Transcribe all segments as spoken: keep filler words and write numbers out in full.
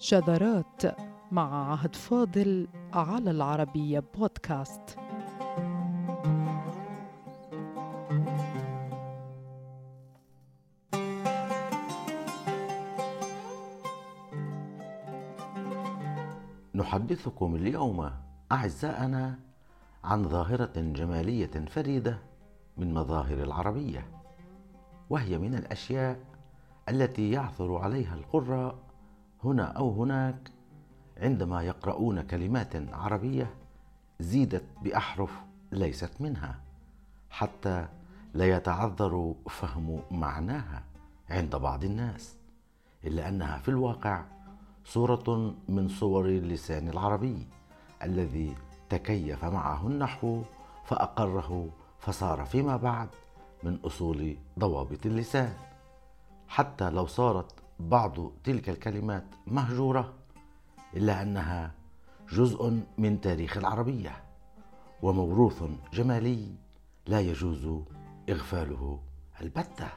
شذرات مع عهد فاضل على العربية بودكاست. نحدثكم اليوم أعزائنا عن ظاهرة جمالية فريدة من مظاهر العربية، وهي من الأشياء التي يعثر عليها القراء هنا أو هناك عندما يقرؤون كلمات عربية زيدت بأحرف ليست منها، حتى لا يتعذر فهم معناها عند بعض الناس، إلا أنها في الواقع صورة من صور اللسان العربي الذي تكيف معه النحو فأقره، فصار فيما بعد من أصول ضوابط اللسان، حتى لو صارت بعض تلك الكلمات مهجورة إلا أنها جزء من تاريخ العربية وموروث جمالي لا يجوز إغفاله البتة.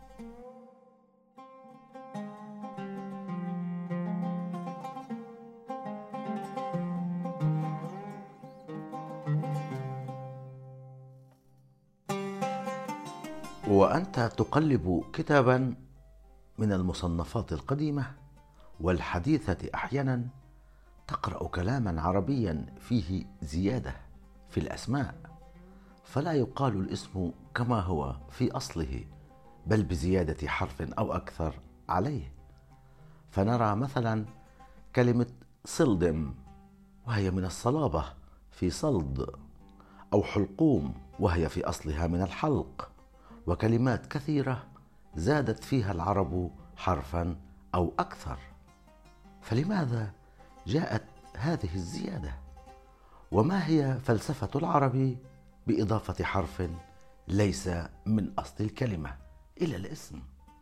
وأنت تقلب كتابا من المصنفات القديمة والحديثة أحيانا تقرأ كلاما عربيا فيه زيادة في الأسماء، فلا يقال الاسم كما هو في أصله بل بزيادة حرف أو أكثر عليه، فنرى مثلا كلمة صلدم وهي من الصلابة في صلد، أو حلقوم وهي في أصلها من الحلق، وكلمات كثيرة زادت فيها العرب حرفا أو أكثر. فلماذا جاءت هذه الزيادة؟ وما هي فلسفة العرب بإضافة حرف ليس من أصل الكلمة إلى الاسم؟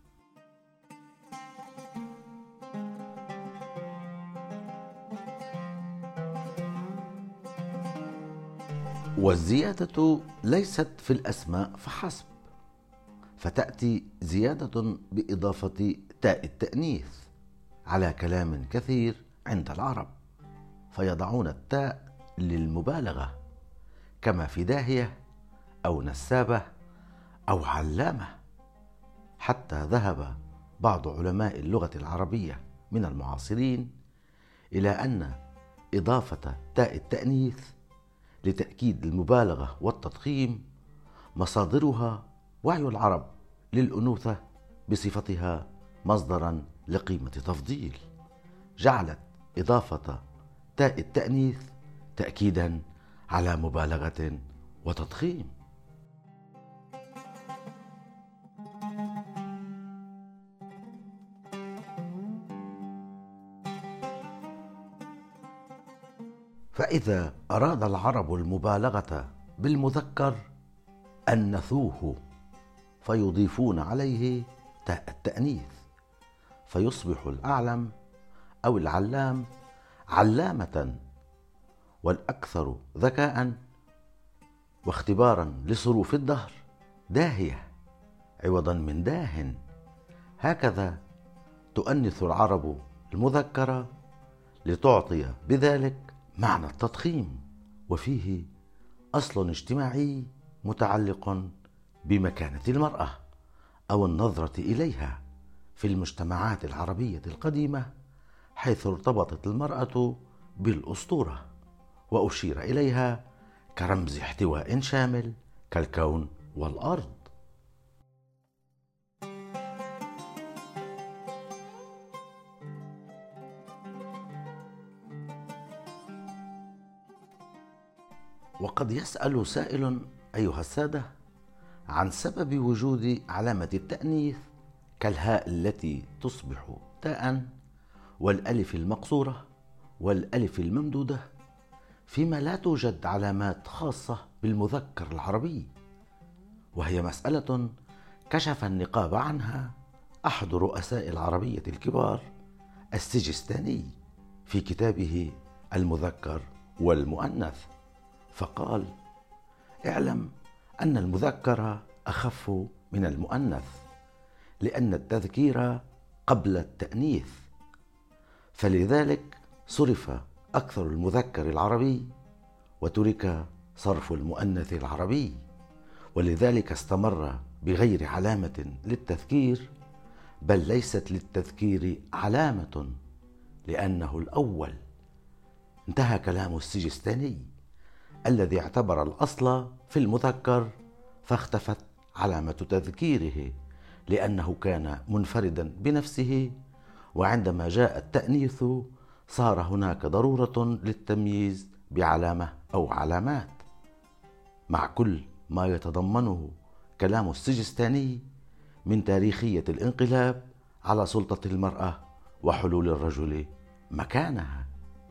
والزيادة ليست في الأسماء فحسب، فتأتي زيادة بإضافة تاء التأنيث على كلام كثير عند العرب، فيضعون التاء للمبالغة كما في داهية أو نسابة أو علامة، حتى ذهب بعض علماء اللغة العربية من المعاصرين إلى أن إضافة تاء التأنيث لتأكيد المبالغة والتضخيم مصادرها وعي العرب للأنوثة بصفتها مصدرا لقيمة تفضيل، جعلت إضافة تاء التأنيث تأكيدا على مبالغة وتضخيم. فإذا أراد العرب المبالغة بالمذكر أنثوه فيضيفون عليه تاء التأنيث، فيصبح الأعلم أو العلام علامة، والأكثر ذكاء واختبارا لصروف الدهر داهية عوضا من داه. هكذا تؤنث العرب المذكر لتعطي بذلك معنى التضخيم، وفيه أصل اجتماعي متعلق بمكانة المرأة أو النظرة إليها في المجتمعات العربية القديمة، حيث ارتبطت المرأة بالأسطورة وأشير إليها كرمز احتواء شامل كالكون والأرض. وقد يسأل سائل أيها السادة عن سبب وجود علامة التأنيث كالهاء التي تصبح تاء والألف المقصورة والألف الممدودة، فيما لا توجد علامات خاصة بالمذكر العربي، وهي مسألة كشف النقاب عنها أحد رؤساء العربية الكبار السجستاني في كتابه المذكر والمؤنث، فقال: اعلم أن المذكر أخف من المؤنث، لأن التذكير قبل التأنيث، فلذلك صرف أكثر المذكر العربي وترك صرف المؤنث العربي، ولذلك استمر بغير علامة للتذكير، بل ليست للتذكير علامة، لأنه الأول. انتهى كلام السجستاني الذي اعتبر الأصل في المذكر، فاختفت علامة تذكيره لأنه كان منفردا بنفسه، وعندما جاء التأنيث صار هناك ضرورة للتمييز بعلامة أو علامات، مع كل ما يتضمنه كلام السجستاني من تاريخية الانقلاب على سلطة المرأة وحلول الرجل مكانها.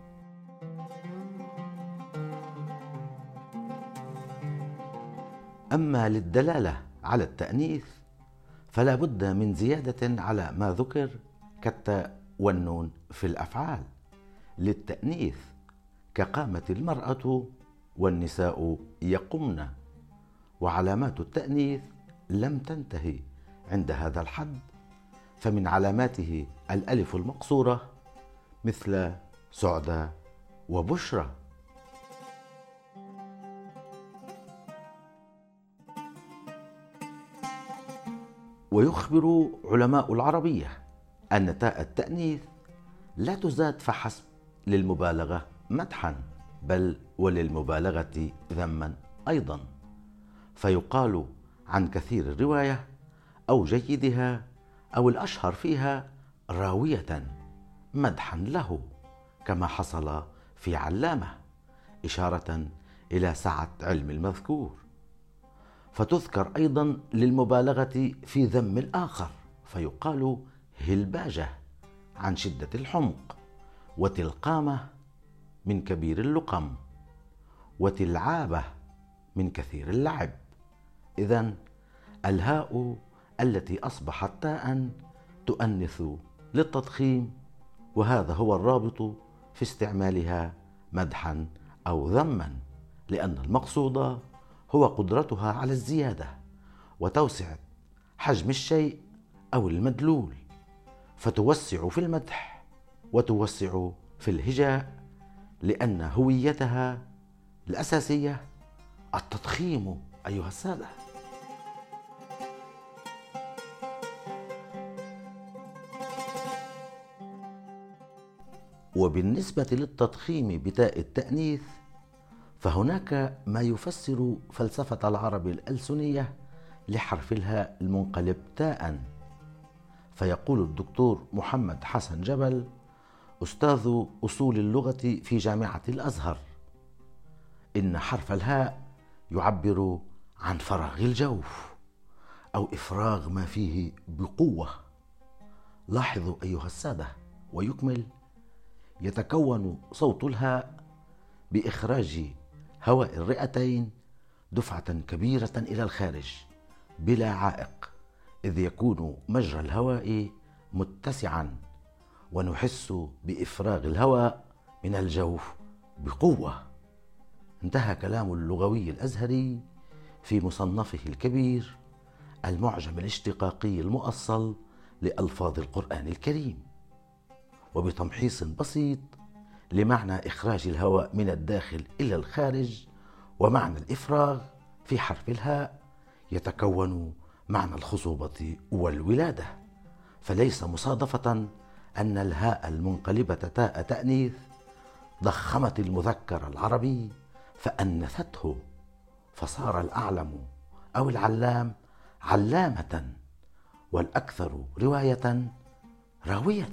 أما للدلالة على التأنيث فلا بد من زيادة على ما ذكر كالتاء والنون في الأفعال للتأنيث، كقامت المرأة والنساء يقمن، وعلامات التأنيث لم تنتهي عند هذا الحد، فمن علاماته الألف المقصورة مثل سعدى وبشرى. ويخبر علماء العربية أن تاء التأنيث لا تزاد فحسب للمبالغة مدحا، بل وللمبالغة ذما أيضا، فيقال عن كثير الرواية أو جيدها أو الأشهر فيها راوية مدحا له، كما حصل في علامة، إشارة إلى سعة علم المذكور. فتذكر أيضا للمبالغة في ذم الآخر، فيقال هلباجة عن شدة الحمق، وتلقامة من كبير اللقم، وتلعابة من كثير اللعب. إذن الهاء التي أصبحت تاء تؤنث للتضخيم، وهذا هو الرابط في استعمالها مدحا أو ذما، لأن المقصود هو قدرتها على الزيادة وتوسعة حجم الشيء أو المدلول، فتوسع في المدح وتوسع في الهجاء، لأن هويتها الأساسية التضخيم أيها السادة. وبالنسبة للتضخيم بتاء التأنيث فهناك ما يفسر فلسفة العرب الألسنية لحرف الهاء المنقلب تاء، فيقول الدكتور محمد حسن جبل أستاذ أصول اللغة في جامعة الأزهر إن حرف الهاء يعبر عن فراغ الجوف أو إفراغ ما فيه بقوة. لاحظوا أيها السادة، ويكمل: يتكون صوت الهاء بإخراج هواء الرئتين دفعة كبيرة إلى الخارج بلا عائق، إذ يكون مجرى الهواء متسعا، ونحس بإفراغ الهواء من الجوف بقوة. انتهى كلام اللغوي الأزهري في مصنفه الكبير المعجم الاشتقاقي المؤصل لألفاظ القرآن الكريم، وبتمحيص بسيط لمعنى إخراج الهواء من الداخل إلى الخارج ومعنى الإفراغ في حرف الهاء يتكون معنى الخصوبة والولادة، فليس مصادفة أن الهاء المنقلبة تاء تأنيث ضخمت المذكر العربي فأنثته، فصار الأعلم أو العلام علامة، والأكثر رواية راوية.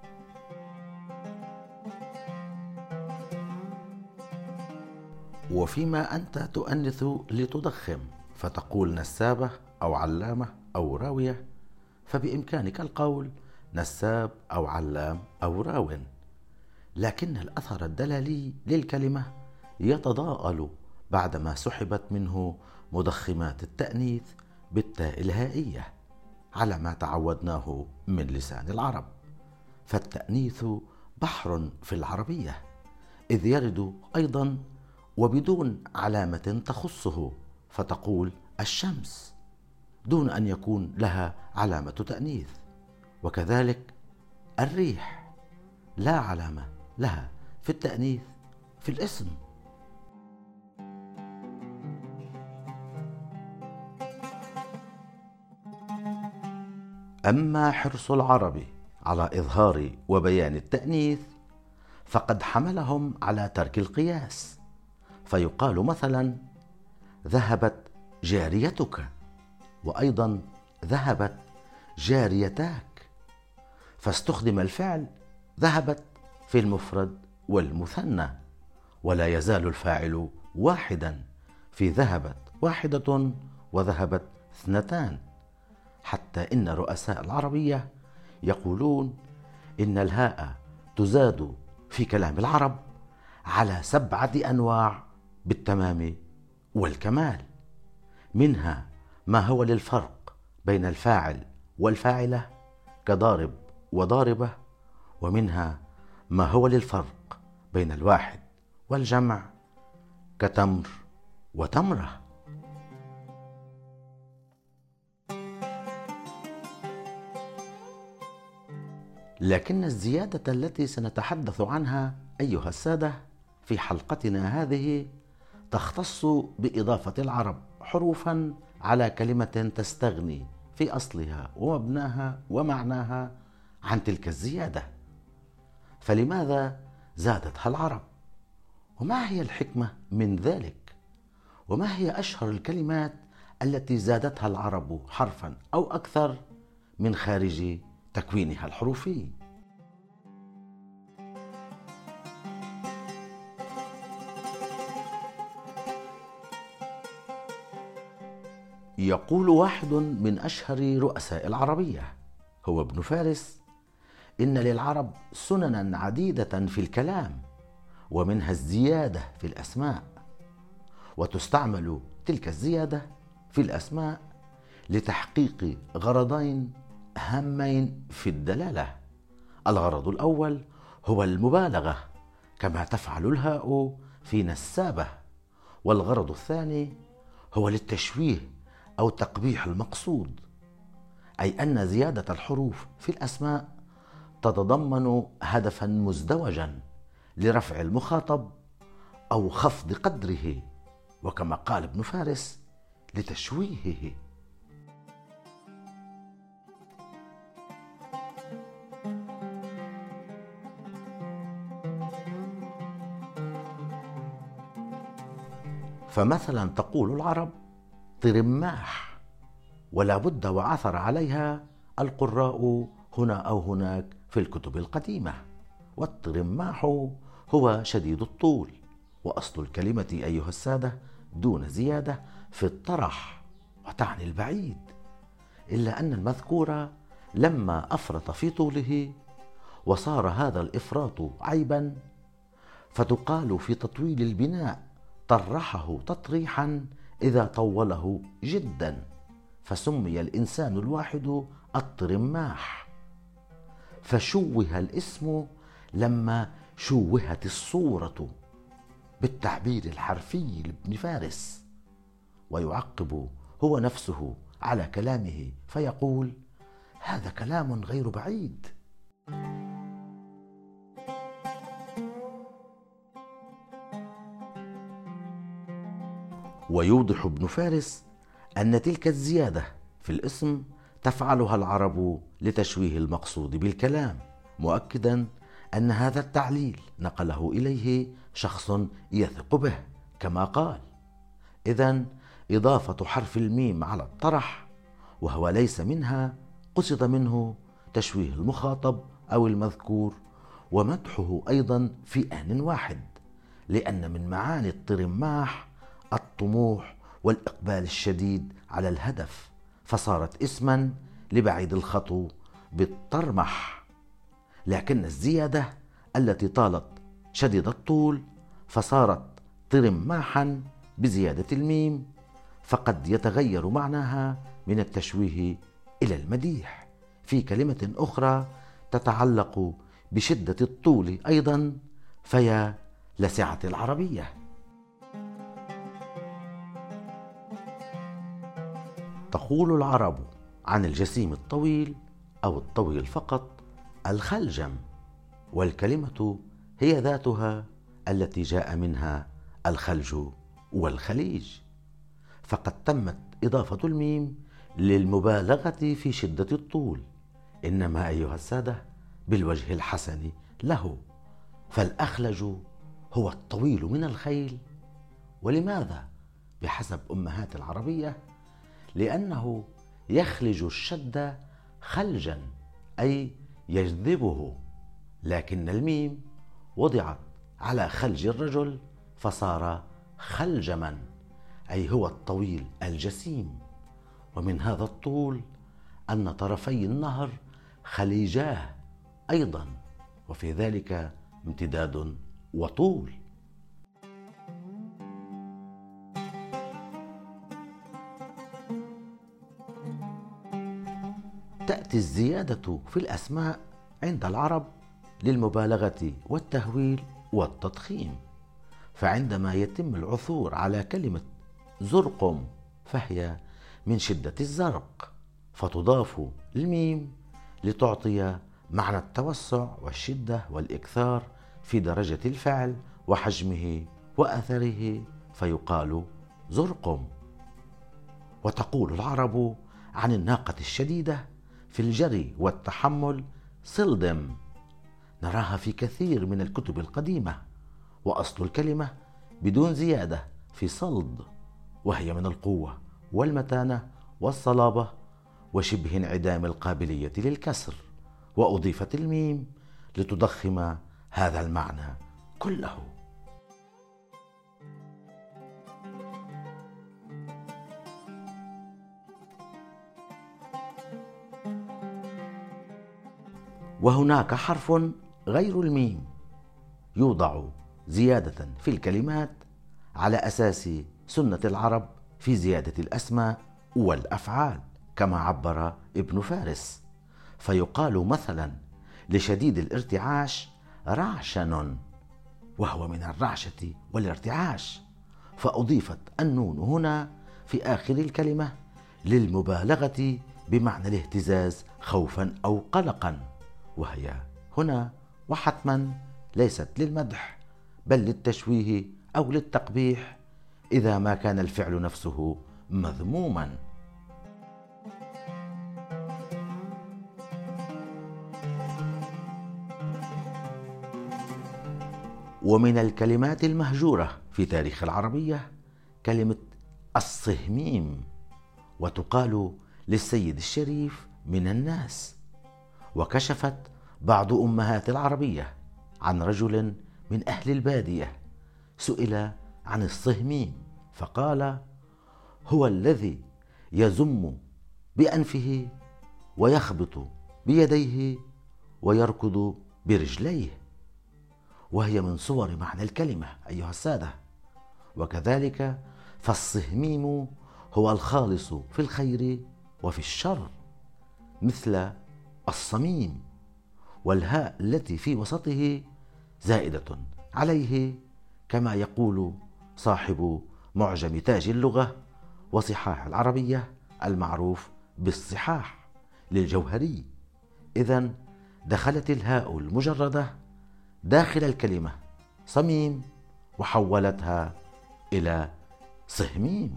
وفيما أنت تؤنث لتضخم فتقول نسابة أو علامة أو راوية، فبإمكانك القول نساب أو علام أو راو، لكن الأثر الدلالي للكلمة يتضاءل بعدما سحبت منه مضخمات التأنيث بالتاء الهائية على ما تعودناه من لسان العرب. فالتأنيث بحر في العربية، إذ يرد أيضا وبدون علامة تخصه، فتقول الشمس دون أن يكون لها علامة تأنيث، وكذلك الريح لا علامة لها في التأنيث في الاسم. أما حرص العرب على إظهار وبيان التأنيث فقد حملهم على ترك القياس، فيقال مثلا ذهبت جاريتك، وأيضا ذهبت جاريتاك، فاستخدم الفعل ذهبت في المفرد والمثنى، ولا يزال الفاعل واحدا في ذهبت واحدة وذهبت اثنتان، حتى إن رؤساء العربية يقولون إن الهاء تزاد في كلام العرب على سبعة أنواع بالتمام والكمال، منها ما هو للفرق بين الفاعل والفاعلة كضارب وضاربة، ومنها ما هو للفرق بين الواحد والجمع كتمر وتمرة. لكن الزيادة التي سنتحدث عنها أيها السادة في حلقتنا هذه تختص بإضافة العرب حروفا على كلمة تستغني في أصلها ومبناها ومعناها عن تلك الزيادة. فلماذا زادتها العرب؟ وما هي الحكمة من ذلك؟ وما هي أشهر الكلمات التي زادتها العرب حرفا أو أكثر من خارج تكوينها الحروفي؟ يقول واحد من أشهر رؤساء العربية هو ابن فارس: إن للعرب سننا عديدة في الكلام، ومنها الزيادة في الأسماء، وتستعمل تلك الزيادة في الأسماء لتحقيق غرضين هامين في الدلالة. الغرض الأول هو المبالغة كما تفعل الهاء في نسابة، والغرض الثاني هو للتشويه أو تقبيح المقصود، أي أن زيادة الحروف في الأسماء تتضمن هدفا مزدوجا لرفع المخاطب أو خفض قدره، وكما قال ابن فارس لتشويهه. فمثلا تقول العرب طرماح، ولا بد وعثر عليها القراء هنا أو هناك في الكتب القديمة. والطرماح هو شديد الطول، وأصل الكلمة أيها السادة دون زيادة في الطرح، وتعني البعيد، إلا أن المذكور لما أفرط في طوله وصار هذا الإفراط عيبا، فتقال في تطويل البناء طرحه تطريحا إذا طوله جدا، فسمي الإنسان الواحد الطرماح. فشوه الاسم لما شوهت الصورة بالتعبير الحرفي لابن فارس. ويعقب هو نفسه على كلامه فيقول: هذا كلام غير بعيد. ويوضح ابن فارس أن تلك الزيادة في الاسم تفعلها العرب لتشويه المقصود بالكلام، مؤكدا أن هذا التعليل نقله إليه شخص يثق به كما قال: إذن إضافة حرف الميم على الطرح وهو ليس منها قصد منه تشويه المخاطب أو المذكور، ومدحه أيضا في آن واحد، لأن من معاني الطرماح الطموح والإقبال الشديد على الهدف، فصارت اسما لبعيد الخطو بالطرمح. لكن الزيادة التي طالت شديد الطول فصارت طرماحا بزيادة الميم، فقد يتغير معناها من التشويه إلى المديح في كلمة أخرى تتعلق بشدة الطول أيضا، فيا لسعة العربية. تقول العرب عن الجسيم الطويل أو الطويل فقط الخلجم، والكلمة هي ذاتها التي جاء منها الخلج والخليج، فقد تمت إضافة الميم للمبالغة في شدة الطول، إنما أيها السادة بالوجه الحسن له، فالأخلج هو الطويل من الخيل. ولماذا؟ بحسب أمهات العربية لأنه يخلج الشد خلجا، أي يجذبه، لكن الميم وضعت على خلج الرجل فصار خلجما، أي هو الطويل الجسيم. ومن هذا الطول أن طرفي النهر خليجاه أيضا، وفي ذلك امتداد وطول. تأتي الزيادة في الأسماء عند العرب للمبالغة والتهويل والتضخيم، فعندما يتم العثور على كلمة زرقم فهي من شدة الزرق، فتضاف الميم لتعطي معنى التوسع والشدة والإكثار في درجة الفعل وحجمه وأثره، فيقال زرقم. وتقول العرب عن الناقة الشديدة في الجري والتحمل صلدم، نراها في كثير من الكتب القديمة، وأصل الكلمة بدون زيادة في صلد، وهي من القوة والمتانة والصلابة وشبه انعدام القابلية للكسر، وأضيفت الميم لتضخم هذا المعنى كله. وهناك حرف غير الميم يوضع زيادة في الكلمات على أساس سنة العرب في زيادة الأسماء والأفعال، كما عبر ابن فارس، فيقال مثلا لشديد الارتعاش رعشن، وهو من الرعشة والارتعاش، فأضيفت النون هنا في آخر الكلمة للمبالغة بمعنى الاهتزاز خوفا أو قلقا، وهي هنا وحتما ليست للمدح بل للتشويه أو للتقبيح إذا ما كان الفعل نفسه مذموما. ومن الكلمات المهجورة في تاريخ العربية كلمة الصهميم، وتقال للسيد الشريف من الناس. وكشفت بعض أمهات العربية عن رجل من أهل البادية سئل عن الصهميم فقال: هو الذي يزم بأنفه ويخبط بيديه ويركض برجليه، وهي من صور معنى الكلمة أيها السادة. وكذلك فالصهميم هو الخالص في الخير وفي الشر، مثل الصميم، والهاء التي في وسطه زائدة عليه، كما يقول صاحب معجم تاج اللغة وصحاح العربية المعروف بالصحاح للجوهري. إذن دخلت الهاء المجردة داخل الكلمة صميم وحولتها إلى صهميم.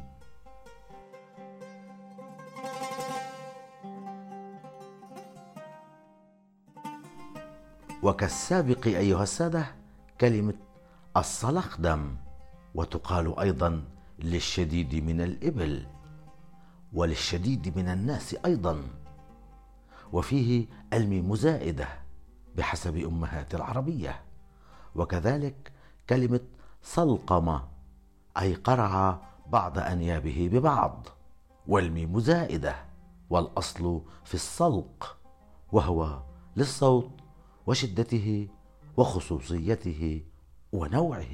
وكالسابق أيها السادة كلمة الصلخدم، وتقال أيضا للشديد من الإبل وللشديد من الناس أيضا، وفيه الميم زائدة بحسب أمهات العربية. وكذلك كلمة صلقم أي قرع بعض أنيابه ببعض، والميم زائدة، والأصل في الصلق وهو للصوت وشدته وخصوصيته ونوعه.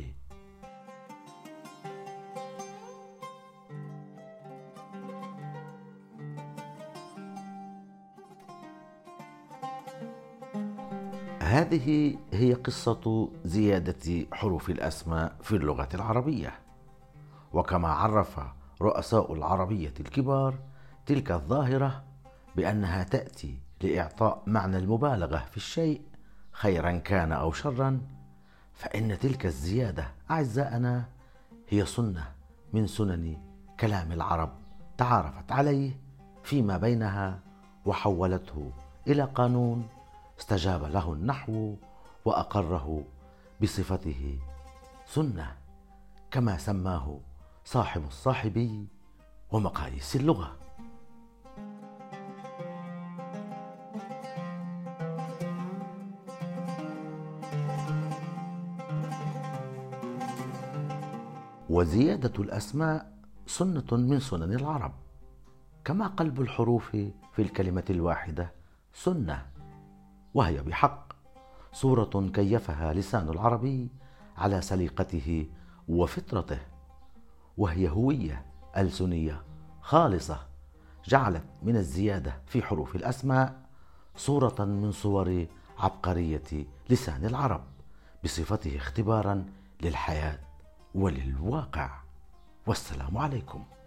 هذه هي قصة زيادة حروف الأسماء في اللغة العربية. وكما عرف رؤساء العربية الكبار تلك الظاهرة بأنها تأتي لإعطاء معنى المبالغة في الشيء خيرا كان أو شرا، فإن تلك الزيادة أعزائنا هي سنة من سنن كلام العرب تعارفت عليه فيما بينها، وحولته إلى قانون استجاب له النحو وأقره بصفته سنة، كما سماه صاحب الصاحبي ومقاييس اللغة. وزيادة الأسماء سنة من سنن العرب، كما قلب الحروف في الكلمة الواحدة سنة، وهي بحق صورة كيفها لسان العربي على سليقته وفطرته، وهي هوية ألسنية خالصة جعلت من الزيادة في حروف الأسماء صورة من صور عبقرية لسان العرب بصفته اختبارا للحياة وللواقع. والسلام عليكم.